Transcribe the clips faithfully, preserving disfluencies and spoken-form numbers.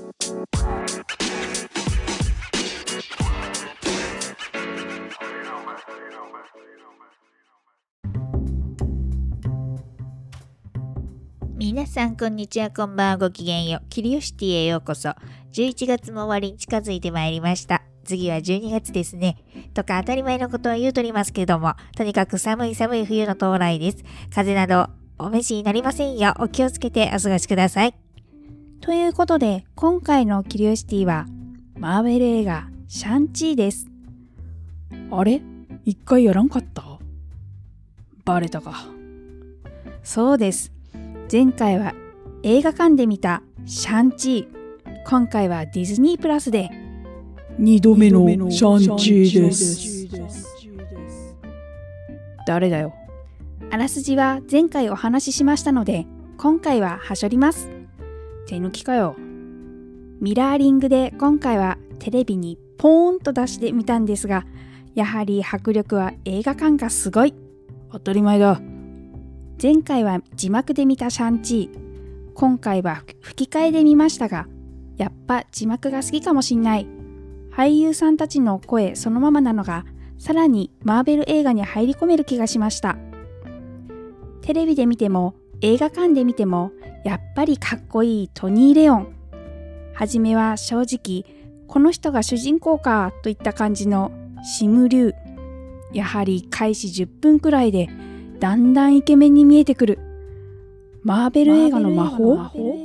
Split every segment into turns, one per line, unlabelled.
皆さんこんにちは、こんばんは、ごきげんよう。キュリオシティへようこそ。じゅういちがつも終わりに近づいてまいりました。次はじゅうにがつですね。とか当たり前のことは言うとりますけれども、とにかく寒い寒い冬の到来です。風邪などお召しになりませんよ。お気をつけてお過ごしください。
ということで、今回のキュリオシティはマーベル映画シャンチーです。あれ？一回やらんかった？バレたか。そうです。前回は映画館で見たシャンチー。今回はディズニープラスで
二度目のシャンチーです。
誰だよ。あらすじは前回お話ししましたので、今回ははしょります。手抜きかよ。ミラーリングで今回はテレビにポーンと出してみたんですが、やはり迫力は映画館がすごい。
当たり前だ。
前回は字幕で見たシャンチー。今回は吹き替えで見ましたが、やっぱ字幕が好きかもしんない。俳優さんたちの声そのままなのが、さらにマーベル映画に入り込める気がしました。テレビで見ても映画館で見ても、やっぱりかっこいいトニー・レオン。はじめは正直、この人が主人公かといった感じのシム・リュウ。やはり開始じゅっぷんくらいで、だんだんイケメンに見えてくる。マーベル映画の魔法？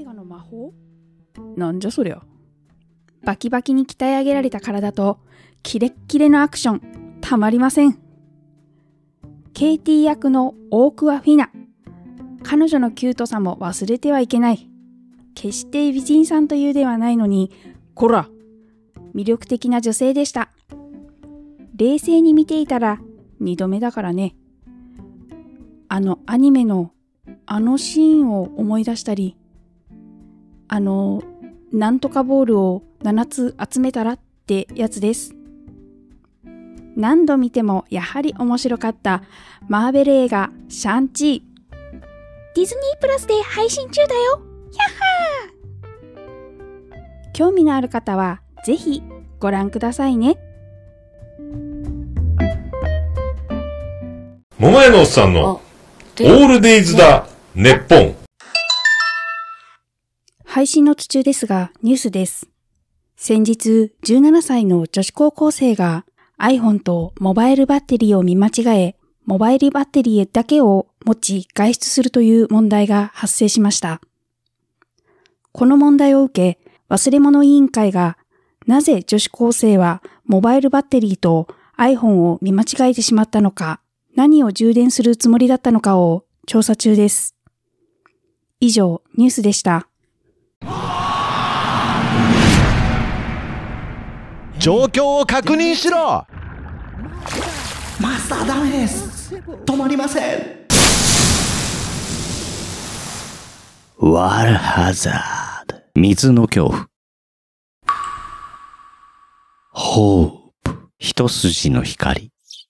なんじゃそりゃ。
バキバキに鍛え上げられた体とキレッキレのアクション、たまりません。ケイティ役のオークア・フィナ。彼女のキュートさも忘れてはいけない。決して美人さんというではないのに、こら！魅力的な女性でした。冷静に見ていたら二度目だからね。あのアニメのあのシーンを思い出したり、あのなんとかボールをななつ集めたらってやつです。何度見てもやはり面白かったマーベル映画シャンチー。ディズニープラスで配信中だよ。やっはー。興味のある方はぜひご覧くださいね。
桃屋のおっさんのオールデイズだネッポン。
配信の途中ですがニュースです。先日じゅうななさいの女子高校生が iPhone とモバイルバッテリーを見間違え、モバイルバッテリーだけを持ち外出するという問題が発生しました。この問題を受け、忘れ物委員会がなぜ女子高生はモバイルバッテリーと iPhone を見間違えてしまったのか、何を充電するつもりだったのかを調査中です。以上、ニュースでした。
状況を確認しろ。
マスターダメです。止まりません。
ワールハザード。水の恐怖。ホープ。一筋の光。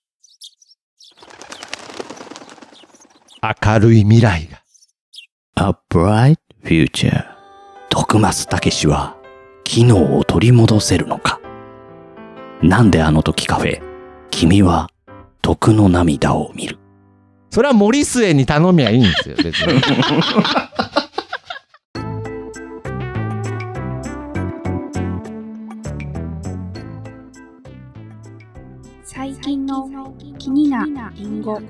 明るい未来が。
A bright future。徳松たけしは機能を取り戻せるのか。なんであの時カフェ、君は徳の涙を見る。
それは森末に頼みゃいいんですよ、別に。
最近の気になリンゴ。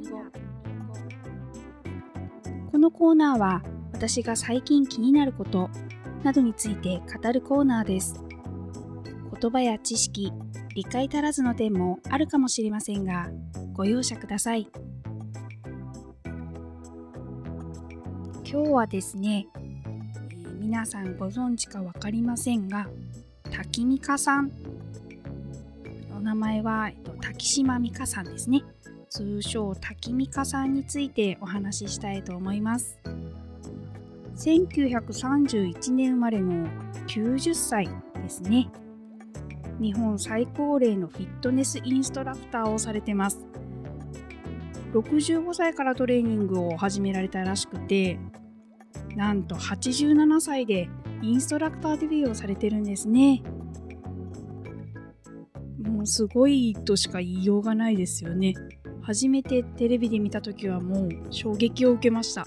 このコーナーは私が最近気になることなどについて語るコーナーです。言葉や知識、理解足らずの点もあるかもしれませんが、ご容赦ください。今日はですね、えー、皆さんご存知かわかりませんが、タキミカさん、お名前は、えっと、滝島美香さんですね。通称タキミカさんについてお話ししたいと思います。せんきゅうひゃくさんじゅういちねん生まれのきゅうじゅっさいですね。日本最高齢のフィットネスインストラクターをされてます。ろくじゅうごさいからトレーニングを始められたらしくて、なんとはちじゅうななさいでインストラクターデビューをされてるんですね。もうすごいとしか言いようがないですよね。初めてテレビで見たときはもう衝撃を受けました。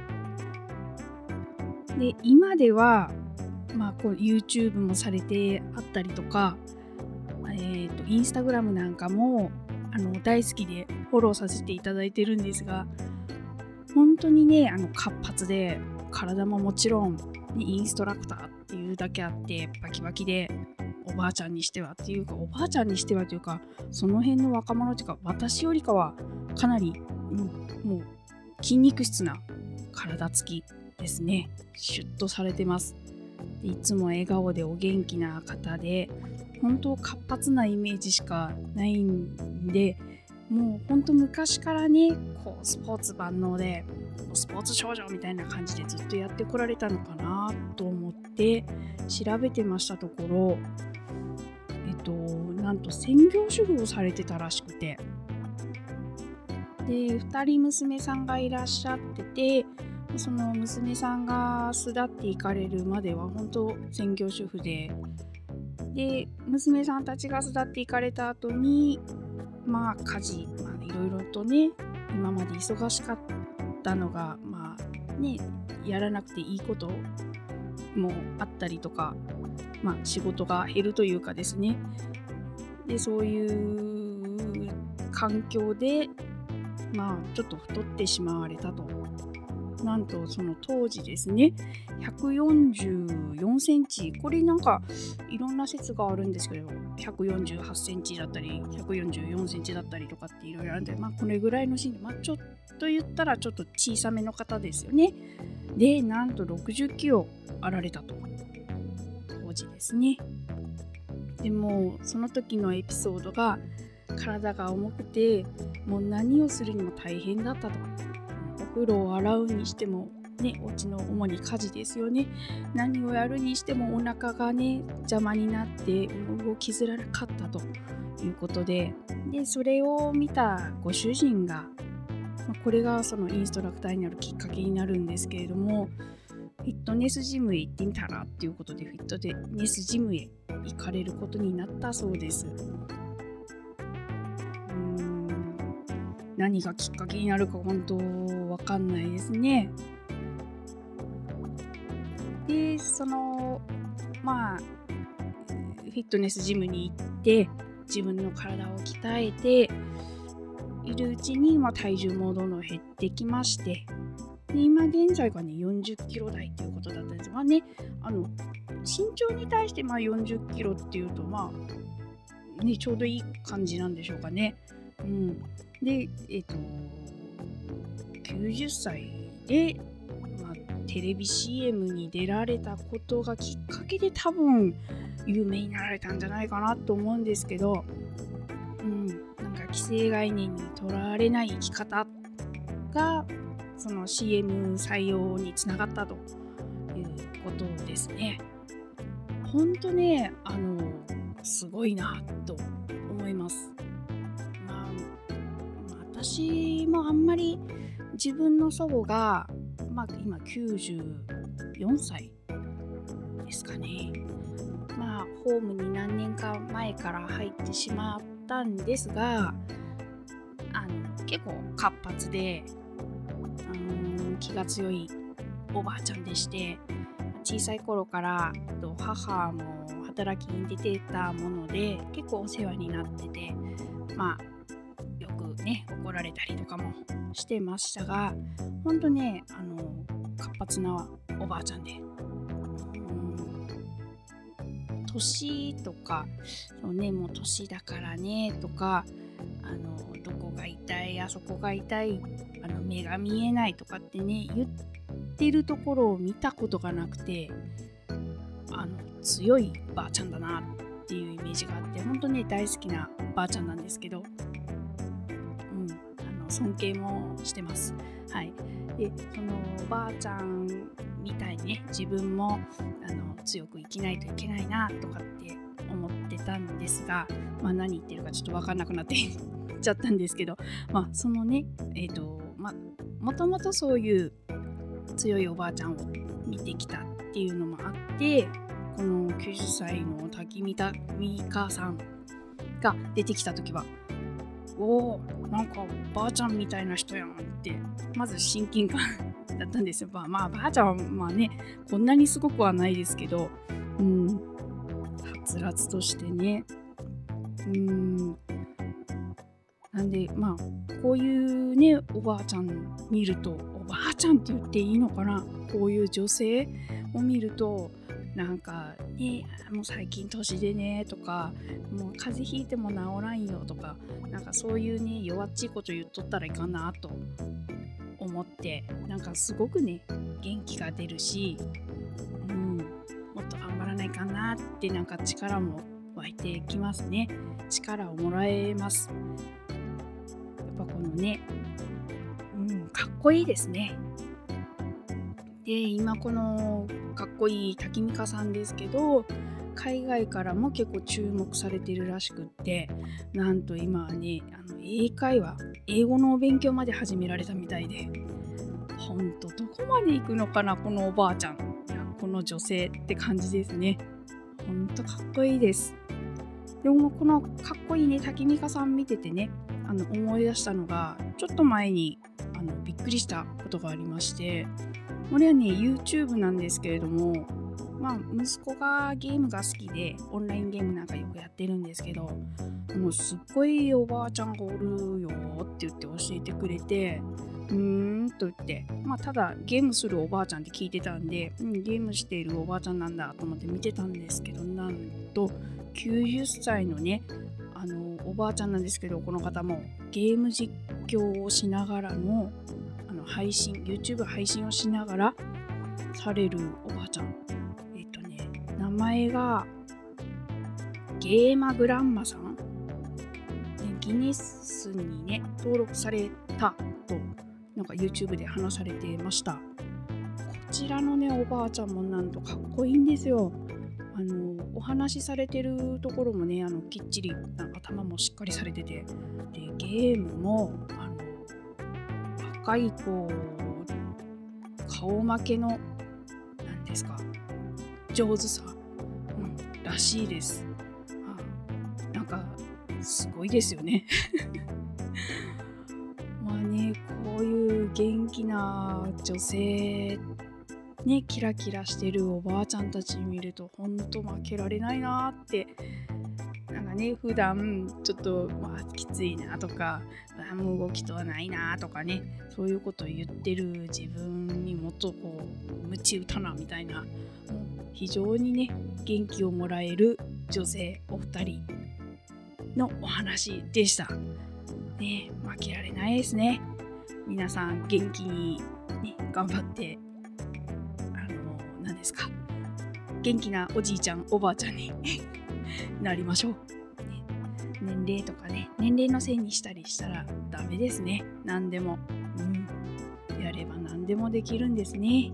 で、今では、まあ、こう YouTube もされてあったりとか、えーと、インスタグラムなんかもあの大好きでフォローさせていただいてるんですが、本当にね、あの活発で、体ももちろん、ね、インストラクターっていうだけあってバキバキで、おばあちゃんにしてはっていうかおばあちゃんにしてはというかその辺の若者というか私よりかはかなり、うん、もう筋肉質な体つきですね。シュッとされてます。でいつも笑顔でお元気な方で本当活発なイメージしかないんで、もう本当昔からねこうスポーツ万能でスポーツ少女みたいな感じでずっとやってこられたのかなと思って調べてましたところ、えっとなんと専業主婦をされてたらしくて、でふたり娘さんがいらっしゃってて、その娘さんが巣立っていかれるまでは本当専業主婦で、で娘さんたちが巣立っていかれた後にまあ家事、まあ、いろいろとね今まで忙しかったのがまあねやらなくていいこともあったりとか、まあ仕事が減るというかですね、でそういう環境でまあちょっと太ってしまわれたと。なんとその当時ですねひゃくよんじゅうよんセンチ、これなんかいろんな説があるんですけどひゃくよんじゅうはちセンチだったりひゃくよんじゅうよんセンチだったりとかっていろいろあるんで、まあこれぐらいの身長、まあちょっと言ったらちょっと小さめの方ですよね。でなんとろくじゅっキロあられたと当時ですね。でもその時のエピソードが体が重くてもう何をするにも大変だったと。お風呂を洗うにしてもね、お家の主に家事ですよね。何をやるにしてもお腹がね邪魔になって動きづらかったということで、でそれを見たご主人が、まあ、これがそのインストラクターになるきっかけになるんですけれども、フィットネスジムへ行ってみたらっていうことでフィットネスジムへ行かれることになったそうです。何がきっかけになるか本当わかんないですね。で、そのまあフィットネスジムに行って自分の体を鍛えているうちに、まあ、体重もどんどん減ってきまして、で今現在がねよんじゅっキロ台ということだったんですがね、あの身長に対してまあよんじゅっキロっていうとまあねちょうどいい感じなんでしょうかね。うん、で、えっと、きゅうじゅっさいで、まあ、テレビ シーエム に出られたことがきっかけで多分有名になられたんじゃないかなと思うんですけど、うん、なんか既成概念にとらわれない生き方がその シーエム 採用につながったということですね。ほんとね、あのすごいなと思います。私もあんまり自分の祖母が、まあ、今きゅうじゅうよんさいですかね。まあホームに何年か前から入ってしまったんですが、あの結構活発で、うーん気が強いおばあちゃんでして、小さい頃から母も働きに出てたもので結構お世話になってて、まあね、怒られたりとかもしてましたが、ほんとね、あの活発なおばあちゃんで、年とかそう、ね、もう年だからねとか、あのどこが痛いあそこが痛い、あの目が見えないとかってね言ってるところを見たことがなくて、あの強いばあちゃんだなっていうイメージがあって、ほんとね大好きなばあちゃんなんですけど、尊敬もしてます。はい。で、そのおばあちゃんみたいにね、自分もあの強く生きないといけないなとかって思ってたんですが、まあ何言ってるかちょっと分かんなくなってちゃったんですけど、まあそのね、えっと、まあもともとそういう強いおばあちゃんを見てきたっていうのもあって、このきゅうじゅっさいの滝見た美香さんが出てきた時は、おー、なんかばあちゃんみたいな人やんってまず親近感だったんですよ。まあ、まあ、ばあちゃんはまあね、こんなにすごくはないですけど、うん、はつらつとしてね、うん、なんでまあこういうねおばあちゃん見ると、おばあちゃんって言っていいのかな、こういう女性を見ると、なんかね、もう最近年でねとか、もう風邪ひいても治らんよとか、なんかそういうね弱っちいこと言っとったらいかんなと思って、なんかすごくね元気が出るし、うん、もっと頑張らないかなって、なんか力も湧いてきますね。力をもらえます。やっぱこのね、うん、かっこいいですね。で、今このかっこいい滝美香さんですけど、海外からも結構注目されてるらしくって、なんと今はね、あの英会話、英語の勉強まで始められたみたいで、ほんとどこまで行くのかなこのおばあちゃん、いやこの女性って感じですね。ほんとかっこいいです。でもこのかっこいいね滝美香さん見ててね、あの思い出したのが、ちょっと前にあのびっくりしたことがありまして、これはね YouTube なんですけれども、まあ息子がゲームが好きでオンラインゲームなんかよくやってるんですけど、もうすっごいおばあちゃんがおるよって言って教えてくれて、うーんと言って、まあただゲームするおばあちゃんって聞いてたんで、うん、ゲームしているおばあちゃんなんだと思って見てたんですけど、なんときゅうじゅっさいのねあのおばあちゃんなんですけど、この方もゲーム実況をしながらのあの配信 YouTube 配信をしながらされるおばあちゃん、えっとね名前がゲーマグランマさん、ね、ギネスにね登録されたとなんか YouTube で話されてました。こちらのねおばあちゃんもなんとかっこいいんですよ。あのお話しされてるところもね、あのきっちりなんか頭もしっかりされてて、でゲームもあの若い子顔負けのなんですか上手さ、うん、らしいです。あ、なんかすごいですよね。まあね、こういう元気な女性ね、キラキラしてるおばあちゃんたち見るとほんと負けられないなって、なんかね普段ちょっと、まあ、きついなとか、あもう動きとはないなとかね、そういうことを言ってる自分にもっとこう鞭打たなみたいな、もう非常にね元気をもらえる女性お二人のお話でした。ね、負けられないですね。皆さん元気に、ね、頑張って何ですか元気なおじいちゃんおばあちゃんになりましょう、ね、年齢とかね年齢のせいにしたりしたらダメですね。何でも、うん、やれば何でもできるんですね。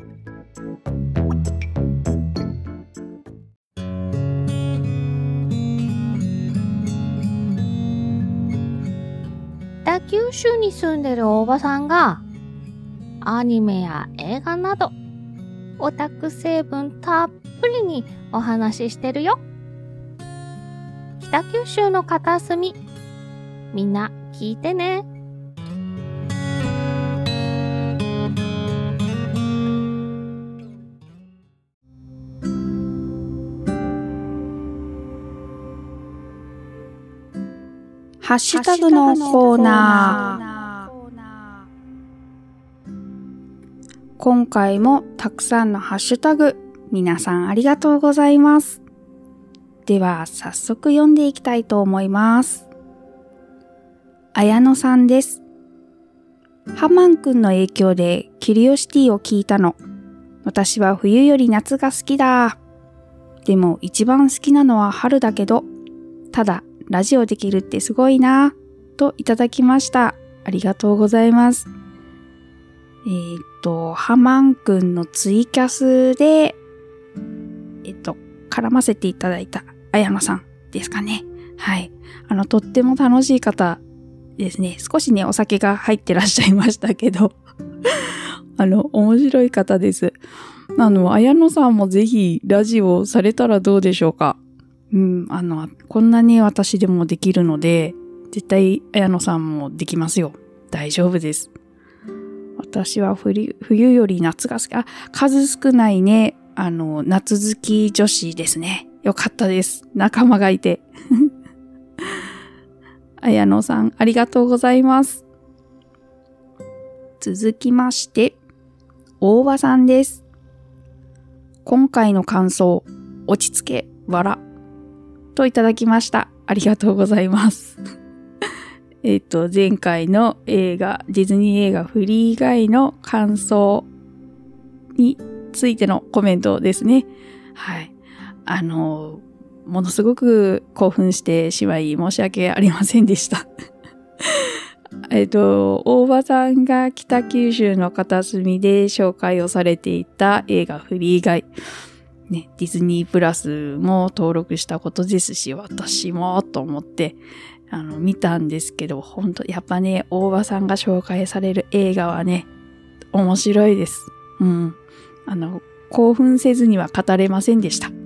北九州に住んでるおばさんがアニメや映画などオタク成分たっぷりにお話ししてるよ。北九州の片隅、みんな聞いてね。
ハッシュタグのコーナー。今回もたくさんのハッシュタグ、皆さんありがとうございます。では早速読んでいきたいと思います。綾野さんです。ハマンくんの影響でキュリオシティを聞いたの。私は冬より夏が好きだ。でも一番好きなのは春だけど、ただラジオできるってすごいなぁといただきました。ありがとうございます。えー、っと、ハマンくんのツイキャスで、えっと、絡ませていただいた綾野さんですかね。はい。あの、とっても楽しい方ですね。少しね、お酒が入ってらっしゃいましたけど、あの、面白い方です。 あの、綾野さんもぜひラジオされたらどうでしょうか。うん、あの、こんなに私でもできるので、絶対綾野さんもできますよ。大丈夫です。私は冬、冬より夏が好き。あ、数少ないね、あの、夏好き女子ですね。よかったです。仲間がいて。綾野さん、ありがとうございます。続きまして、大場さんです。今回の感想、落ち着け、笑、といただきました。ありがとうございます。えっと、前回の映画、ディズニー映画フリーガイの感想についてのコメントですね。はい。あの、ものすごく興奮してしまい申し訳ありませんでした。えっと、大場さんが北九州の片隅で紹介をされていた映画フリーガイ。ね、ディズニープラスも登録したことですし、私もと思って、あの、見たんですけど、本当やっぱね、大場さんが紹介される映画はね、面白いです。うん。あの、興奮せずには語れませんでした。はい。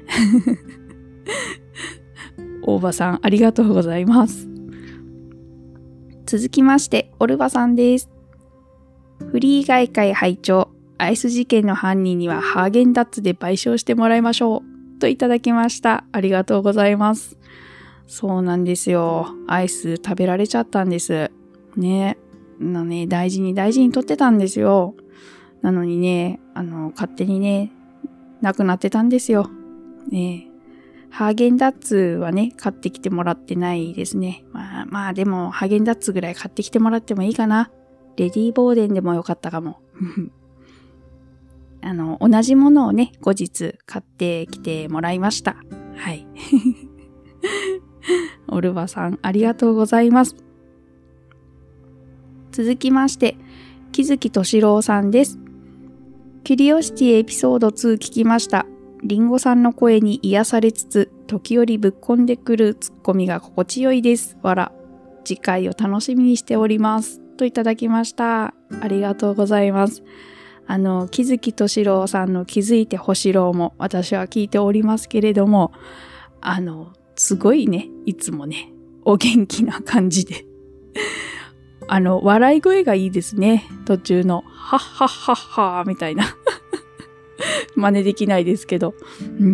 大場さん、ありがとうございます。続きまして、オルバさんです。フリーガイ会拝聴、アイス事件の犯人にはハーゲンダッツで賠償してもらいましょう。といただきました。ありがとうございます。そうなんですよ。アイス食べられちゃったんです。ね。のね、大事に大事に取ってたんですよ。なのにね、あの、勝手にね、なくなってたんですよ。ね。ハーゲンダッツはね、買ってきてもらってないですね。まあまあでも、ハーゲンダッツぐらい買ってきてもらってもいいかな。レディーボーデンでもよかったかも。あの、同じものをね、後日買ってきてもらいました。はい。オルバさん、ありがとうございます。続きまして、木月敏郎さんです。キュリオシティエピソードツー聞きました。リンゴさんの声に癒されつつ、時折ぶっこんでくるツッコミが心地よいです。わら。次回を楽しみにしております。といただきました。ありがとうございます。あの、木月敏郎さんの気づいてほしろうも私は聞いておりますけれども、あの、すごいね、いつもね、お元気な感じで。あの、笑い声がいいですね。途中の、はっはっはっはみたいな。真似できないですけど。うん。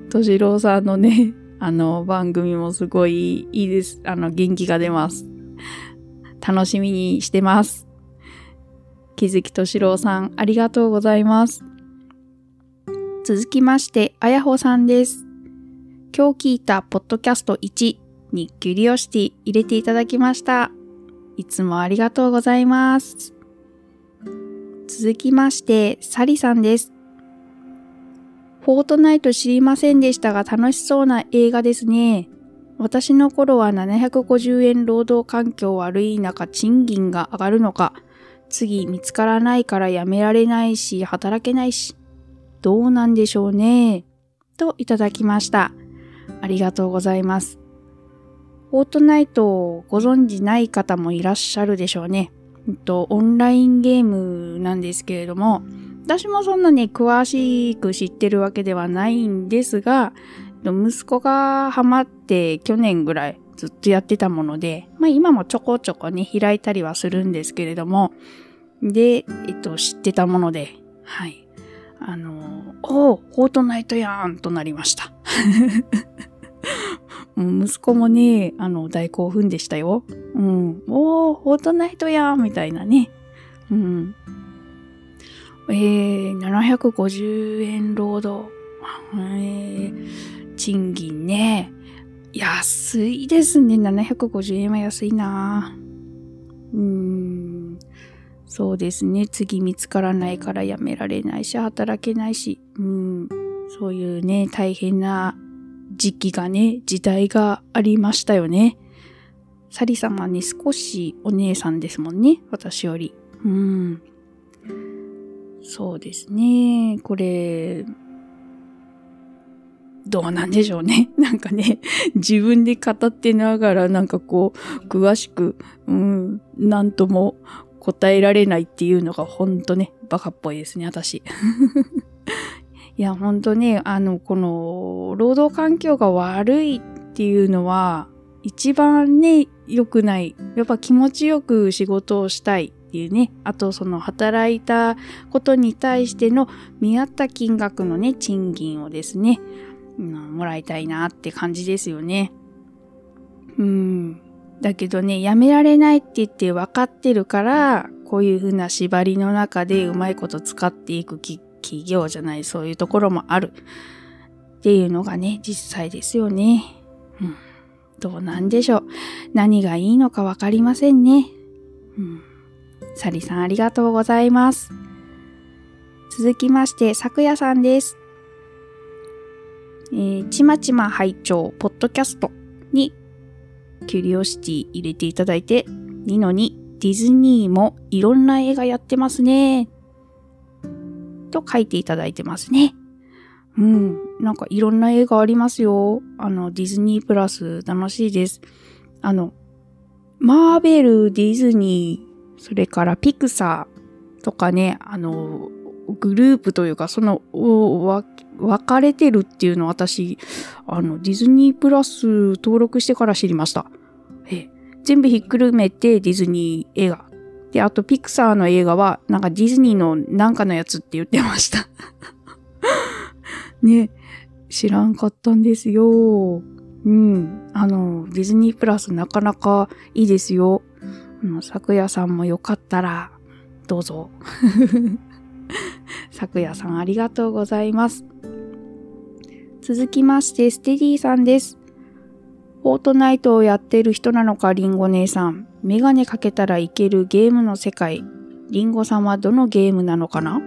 敏郎さんのね、あの、番組もすごいいいです。あの、元気が出ます。楽しみにしてます。木月敏郎さん、ありがとうございます。続きまして、あやほさんです。今日聞いたポッドキャストいちにキュリオシティ入れていただきました。いつもありがとうございます。続きまして、サリさんです。フォートナイト知りませんでしたが楽しそうな映画ですね。私の頃はななひゃくごじゅうえん労働環境悪い中賃金が上がるのか、次見つからないから辞められないし働けないし、どうなんでしょうね。といただきました。ありがとうございます。フォートナイトをご存知ない方もいらっしゃるでしょうね。えっと、オンラインゲームなんですけれども、私もそんなね、詳しく知ってるわけではないんですが、息子がハマって去年ぐらいずっとやってたもので、まあ今もちょこちょこね、開いたりはするんですけれども、で、えっと、知ってたもので、はい。あの、おー、フォートナイトやーんとなりました。もう息子もね、あの、大興奮でしたよ。うん。おー、フォートナイトやーんみたいなね。うん。えー、ななひゃくごじゅうえん労働。えー、賃金ね。安いですね。ななひゃくごじゅうえんは安いな。うーん。そうですね。次見つからないから辞められないし、働けないし。うん。そういうね、大変な時期がね、時代がありましたよね。サリさんはね、少しお姉さんですもんね。私より。うん。そうですね。これ、どうなんでしょうね。なんかね、自分で語ってながらなんかこう、詳しく、うん、なんとも答えられないっていうのがほんとね、バカっぽいですね、私。いや、ほんとね、あの、この、労働環境が悪いっていうのは、一番ね、良くない。やっぱ気持ちよく仕事をしたいっていうね。あと、その働いたことに対しての見合った金額のね、賃金をですね、うん、もらいたいなって感じですよね。うん。だけどね、やめられないって言って分かってるから、こういう風な縛りの中でうまいこと使っていく企業じゃない、そういうところもある。っていうのがね、実際ですよね。うん。どうなんでしょう。何がいいのかわかりませんね。うん。サリさんありがとうございます。続きまして、さくやさんです。えー、ちまちま拝聴ポッドキャストにキュリオシティ入れていただいて、にのにディズニーもいろんな映画やってますね。と書いていただいてますね。うん。なんかいろんな映画ありますよ。あの、ディズニープラス楽しいです。あの、マーベル、ディズニー、それからピクサーとかね、あの、グループというか、その、わ、分かれてるっていうのを私、あの、ディズニープラス登録してから知りました。え、全部ひっくるめてディズニー映画。で、あとピクサーの映画は、なんかディズニーのなんかのやつって言ってました。ね、知らんかったんですよ。うん。あの、ディズニープラスなかなかいいですよ。あの、昨夜さんもよかったら、どうぞ。昨夜さんありがとうございます。続きまして、ステディさんです。フォートナイトをやってる人なのか、リンゴ姉さん。メガネかけたらいけるゲームの世界。リンゴさんはどのゲームなのかな？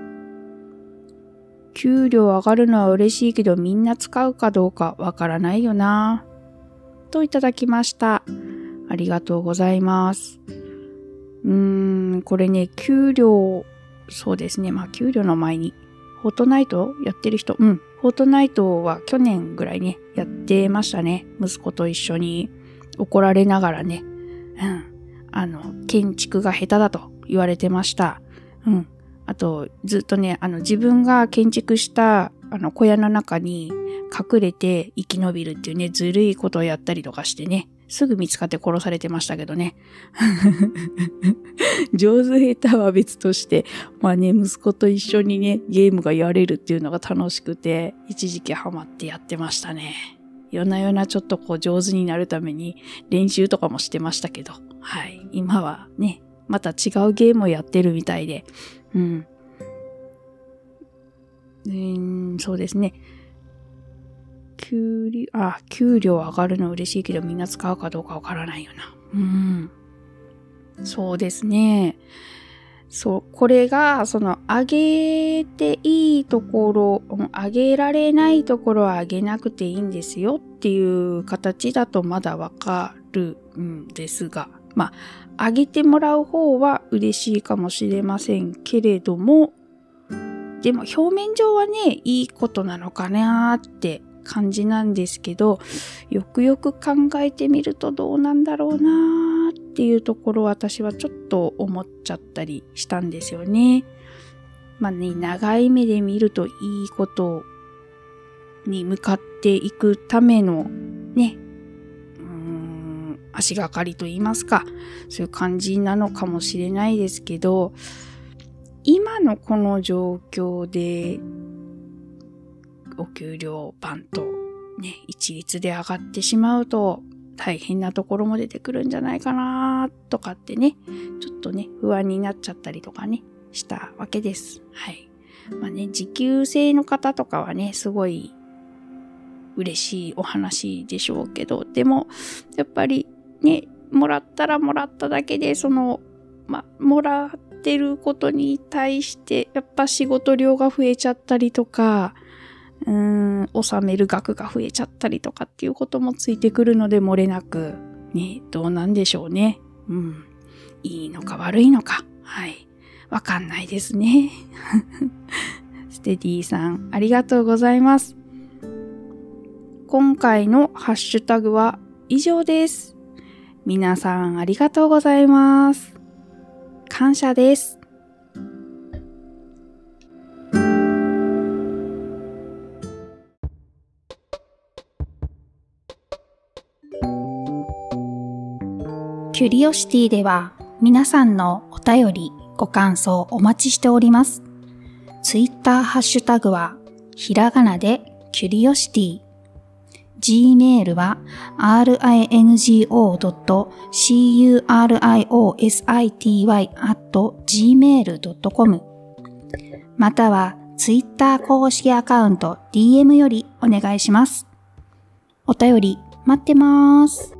給料上がるのは嬉しいけどみんな使うかどうかわからないよな。といただきました。ありがとうございます。うーん、これね、給料、そうですね。まあ、給料の前に、フォートナイトやってる人、うん、フォートナイトは去年ぐらいね、やってましたね。息子と一緒に怒られながらね。うん。あの、建築が下手だと言われてました。うん。あと、ずっとね、あの、自分が建築した、あの、小屋の中に隠れて生き延びるっていうね、ずるいことをやったりとかしてね、すぐ見つかって殺されてましたけどね。上手下手は別として、まあね、息子と一緒にね、ゲームがやれるっていうのが楽しくて、一時期ハマってやってましたね。夜な夜なちょっとこう上手になるために練習とかもしてましたけど、はい。今はね、また違うゲームをやってるみたいで、うん。うーん、そうですね。給料、あ、給料上がるの嬉しいけどみんな使うかどうかわからないよな。うん。そうですね。そう、これが、その、上げていいところ、上げられないところは上げなくていいんですよっていう形だとまだわかるんですが、まあ、上げてもらう方は嬉しいかもしれませんけれども、でも表面上はね、いいことなのかなーって感じなんですけど、よくよく考えてみるとどうなんだろうなーっていうところを私はちょっと思っちゃったりしたんですよね。まあね、長い目で見るといいことに向かっていくためのね、うーん、足がかりと言いますか、そういう感じなのかもしれないですけど、今のこの状況でお給料バンとね、一律で上がってしまうと大変なところも出てくるんじゃないかなとかってね、ちょっとね、不安になっちゃったりとかね、したわけです。はい。まあね、時給制の方とかはね、すごい嬉しいお話でしょうけど、でも、やっぱりね、もらったらもらっただけで、その、まあ、もらってることに対して、やっぱ仕事量が増えちゃったりとか、うーん、納める額が増えちゃったりとかっていうこともついてくるので、漏れなく、ね、どうなんでしょうね。うん。いいのか悪いのか。はい。わかんないですね。ステディさん、ありがとうございます。今回のハッシュタグは以上です。皆さんありがとうございます。 感謝です。キュリオシティでは皆さんのお便り、ご感想お待ちしております。ツイッターハッシュタグはひらがなでキュリオシティ。Gmail は アールアイエヌジーオードットキュリオシティ アットジーメールドットコム またはツイッター公式アカウント ディーエム よりお願いします。お便り待ってます。